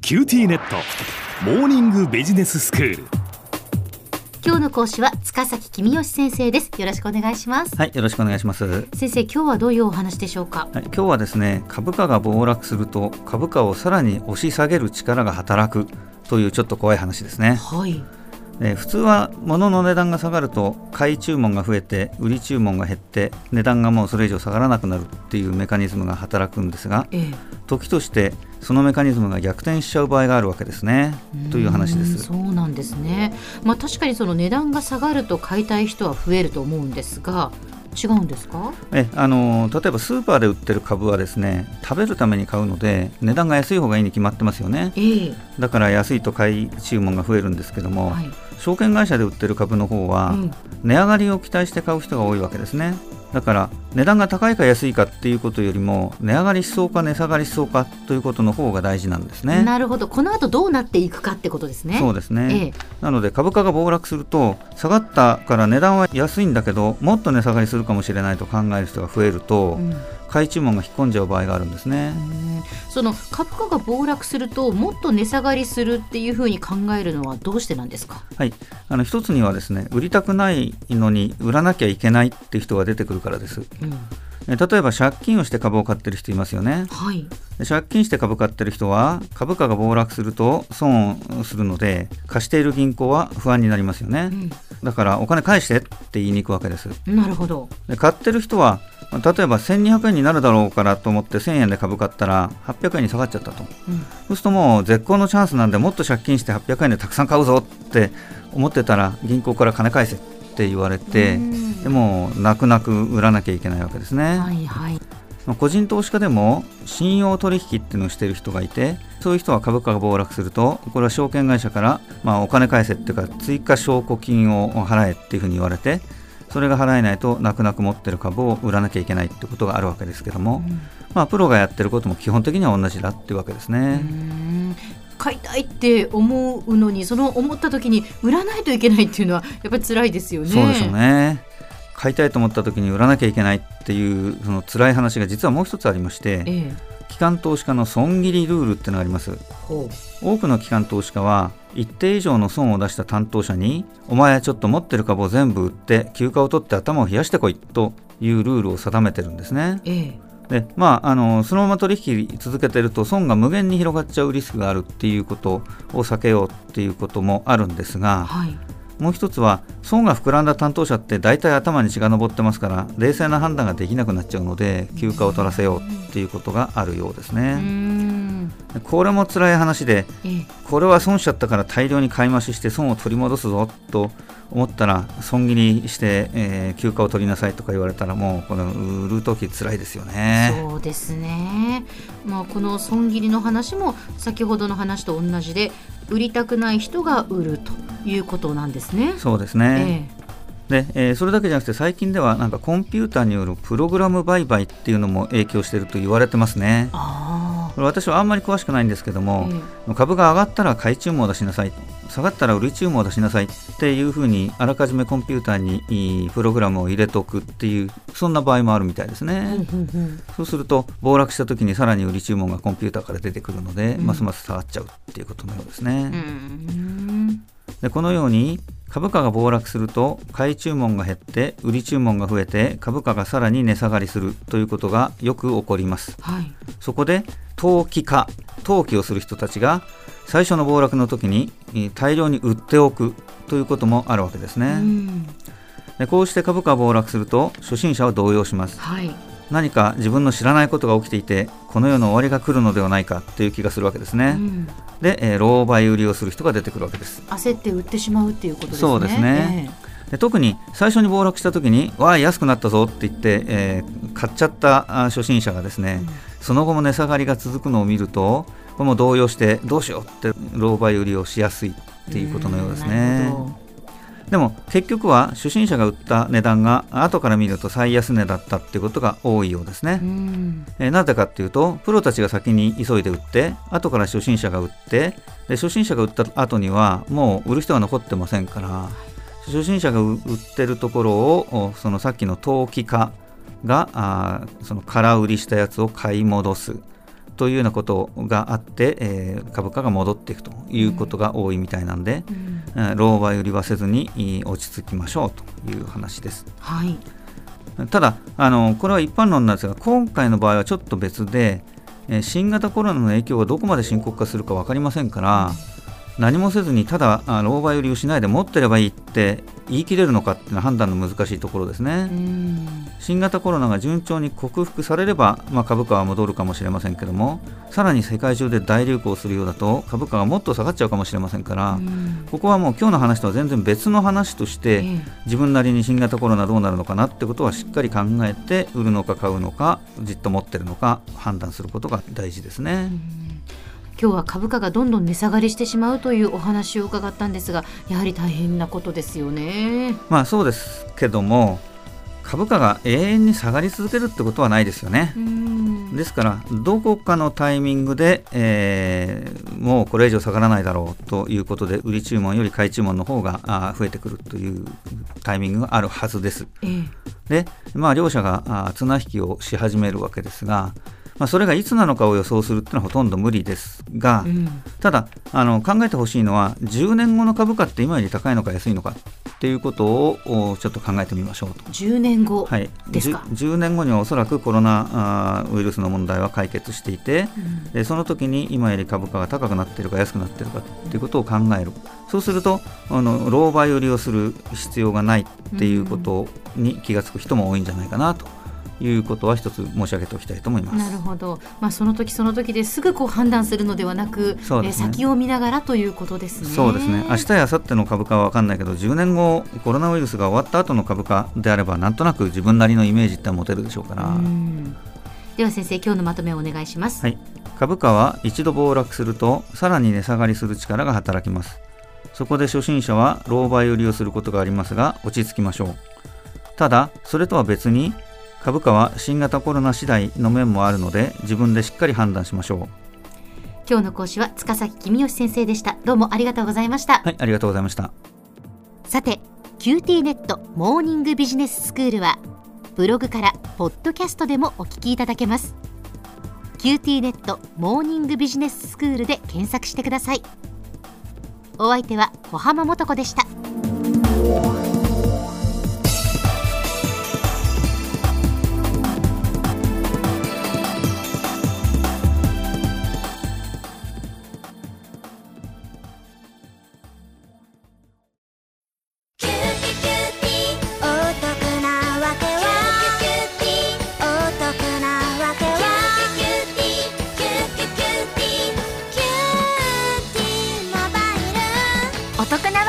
キューティーネットモーニングビジネススクール。 今日の講師は塚崎公義先生です。よろしくお願いします。 はい、よろしくお願いします。 先生、今日はどういうお話でしょうか。 はい、今日はですね、株価が暴落すると株価をさらに押し下げる力が働くというちょっと怖い話ですね。 はい。 普通は物の値段が下がると買い注文が増えて売り注文が減って値段がもうそれ以上下がらなくなるっていうメカニズムが働くんですが、時としてそのメカニズムが逆転しちゃう場合があるわけですねという話です。 そうなんですね。確かにその値段が下がると買いたい人は増えると思うんですが、違うんですか。 例えばスーパーで売ってる株はですね、食べるために買うので値段が安い方がいいに決まってますよね。だから安いと買い注文が増えるんですけども、証券会社で売ってる株の方は、値上がりを期待して買う人が多いわけですね。だから値段が高いか安いかっていうことよりも値上がりしそうか値下がりしそうかということの方が大事なんですね。 なるほど。この後どうなっていくかってことですね。 そうですね、なので株価が暴落すると下がったから値段は安いんだけどもっと値下がりするかもしれないと考える人が増えると、買い注文が引っ込んじゃう場合があるんですね。 その株価が暴落するともっと値下がりするっていうふうに考えるのはどうしてなんですか。 はい、一つにはですね、売りたくないのに売らなきゃいけないっていう人が出てくるからです。例えば借金をして株を買ってる人いますよね。借金して株買ってる人は株価が暴落すると損をするので貸している銀行は不安になりますよね。だからお金返してって言いに行くわけです。 なるほど。 で買ってる人は例えば1200円になるだろうからと思って1000円で株買ったら800円に下がっちゃったと、そうするともう絶好のチャンスなんでもっと借金して800円でたくさん買うぞって思ってたら銀行から金返せって言われて、でも泣く泣く売らなきゃいけないわけですね。個人投資家でも信用取引っていうのをしている人がいて、そういう人は株価が暴落するとこれは証券会社から、お金返せっていうか追加証拠金を払えっていうふうに言われて、それが払えないと泣く泣く持ってる株を売らなきゃいけないってことがあるわけですけども、プロがやってることも基本的には同じだっていうわけですね。 買いたいって思うのにその思った時に売らないといけないっていうのはやっぱり辛いですよね。 そうでしょうね。買いたいと思った時に売らなきゃいけないっていうその辛い話が実はもう一つありまして、機関投資家の損切りルールっていうのがあります。多くの機関投資家は一定以上の損を出した担当者に、お前はちょっと持ってる株を全部売って休暇を取って頭を冷やしてこいというルールを定めてるんですね。でそのまま取引続けてると損が無限に広がっちゃうリスクがあるっていうことを避けようっていうこともあるんですが、もう一つは損が膨らんだ担当者って大体頭に血が上ってますから冷静な判断ができなくなっちゃうので休暇を取らせようっていうことがあるようですね。これも辛い話で、これは損しちゃったから大量に買い増しして損を取り戻すぞと思ったら損切りして、休暇を取りなさいとか言われたらもうこの売るとき辛いですよね。 そうですね。この損切りの話も先ほどの話と同じで売りたくない人が売るということなんですね。 そうですね。でそれだけじゃなくて最近ではなんかコンピューターによるプログラム売買っていうのも影響していると言われてますね。これ私はあんまり詳しくないんですけども、株が上がったら買い注文を出しなさい、下がったら売り注文を出しなさいっていうふうにあらかじめコンピューターにプログラムを入れておくっていうそんな場合もあるみたいですね。そうすると暴落した時にさらに売り注文がコンピューターから出てくるので、ますます下がっちゃうっていうことのようですね。でこのように株価が暴落すると買い注文が減って売り注文が増えて株価がさらに値下がりするということがよく起こります。そこで投機をする人たちが最初の暴落の時に大量に売っておくということもあるわけですね。でこうして株価が暴落すると初心者は動揺します。何か自分の知らないことが起きていてこの世の終わりが来るのではないかという気がするわけですね。で、狼狽売りをする人が出てくるわけです。 焦って売ってしまうっていうことですね。 そうですね。で特に最初に暴落した時にわあ安くなったぞって言って、買っちゃった初心者がですね、その後も値下がりが続くのを見るとこれも動揺してどうしようって狼狽売りをしやすいっていうことのようですね。でも結局は初心者が売った値段が後から見ると最安値だったっていうことが多いようですね。なぜかっていうとプロたちが先に急いで売って後から初心者が売ってで初心者が売った後にはもう売る人が残ってませんから初心者が売ってるところをそのさっきの投機家がその空売りしたやつを買い戻すというようなことがあって、株価が戻っていくということが多いみたいなんで、狼狽売りはせずに落ち着きましょうという話です。 はい、 ただこれは一般論なんですが、今回の場合はちょっと別で、新型コロナの影響がどこまで深刻化するか分かりませんから、何もせずにただ狼狽売りをしないで持ってればいいって言い切れるのかっていうのは判断の難しいところですね。新型コロナが順調に克服されれば、株価は戻るかもしれませんけども、さらに世界中で大流行するようだと株価がもっと下がっちゃうかもしれませんから、ここはもう今日の話とは全然別の話として、自分なりに新型コロナどうなるのかなってことはしっかり考えて、売るのか買うのかじっと持ってるのか判断することが大事ですね。 今日は株価がどんどん値下がりしてしまうというお話を伺ったんですが、やはり大変なことですよね。 そうですけども、株価が永遠に下がり続けるってことはないですよね。ですからどこかのタイミングで、もうこれ以上下がらないだろうということで、売り注文より買い注文の方が増えてくるというタイミングがあるはずです。で、両者が綱引きをし始めるわけですが、それがいつなのかを予想するっていうのはほとんど無理ですが、ただ考えてほしいのは、10年後の株価って今より高いのか安いのかっていうことをちょっと考えてみましょうと。 10年後ですか。 10年後にはおそらくコロナウイルスの問題は解決していて、でその時に今より株価が高くなっているか安くなっているかっていうことを考える。そうすると狼狽売りをする必要がないっていうことに気がつく人も多いんじゃないかなということは一つ申し上げておきたいと思います。 なるほど、その時その時ですぐ判断するのではなく、先を見ながらということですね。 そうですね。明日や明後日の株価は分かんないけど、10年後コロナウイルスが終わった後の株価であれば、なんとなく自分なりのイメージって持てるでしょうから。 では先生、今日のまとめをお願いします。 株価は一度暴落するとさらに値下がりする力が働きます。そこで初心者は狼狽売りをすることがありますが、落ち着きましょう。ただそれとは別に、株価は新型コロナ次第の面もあるので、自分でしっかり判断しましょう。 今日の講師は塚崎公義先生でした。どうもありがとうございました。 ありがとうございました。 さて、QT ネットモーニングビジネススクールはブログからポッドキャストでもお聞きいただけます。 QT ネットモーニングビジネススクールで検索してください。お相手は小浜もとこでした。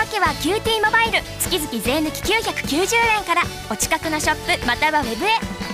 QT モバイル月々税抜き990円からお近くのショップまたはウェブへ。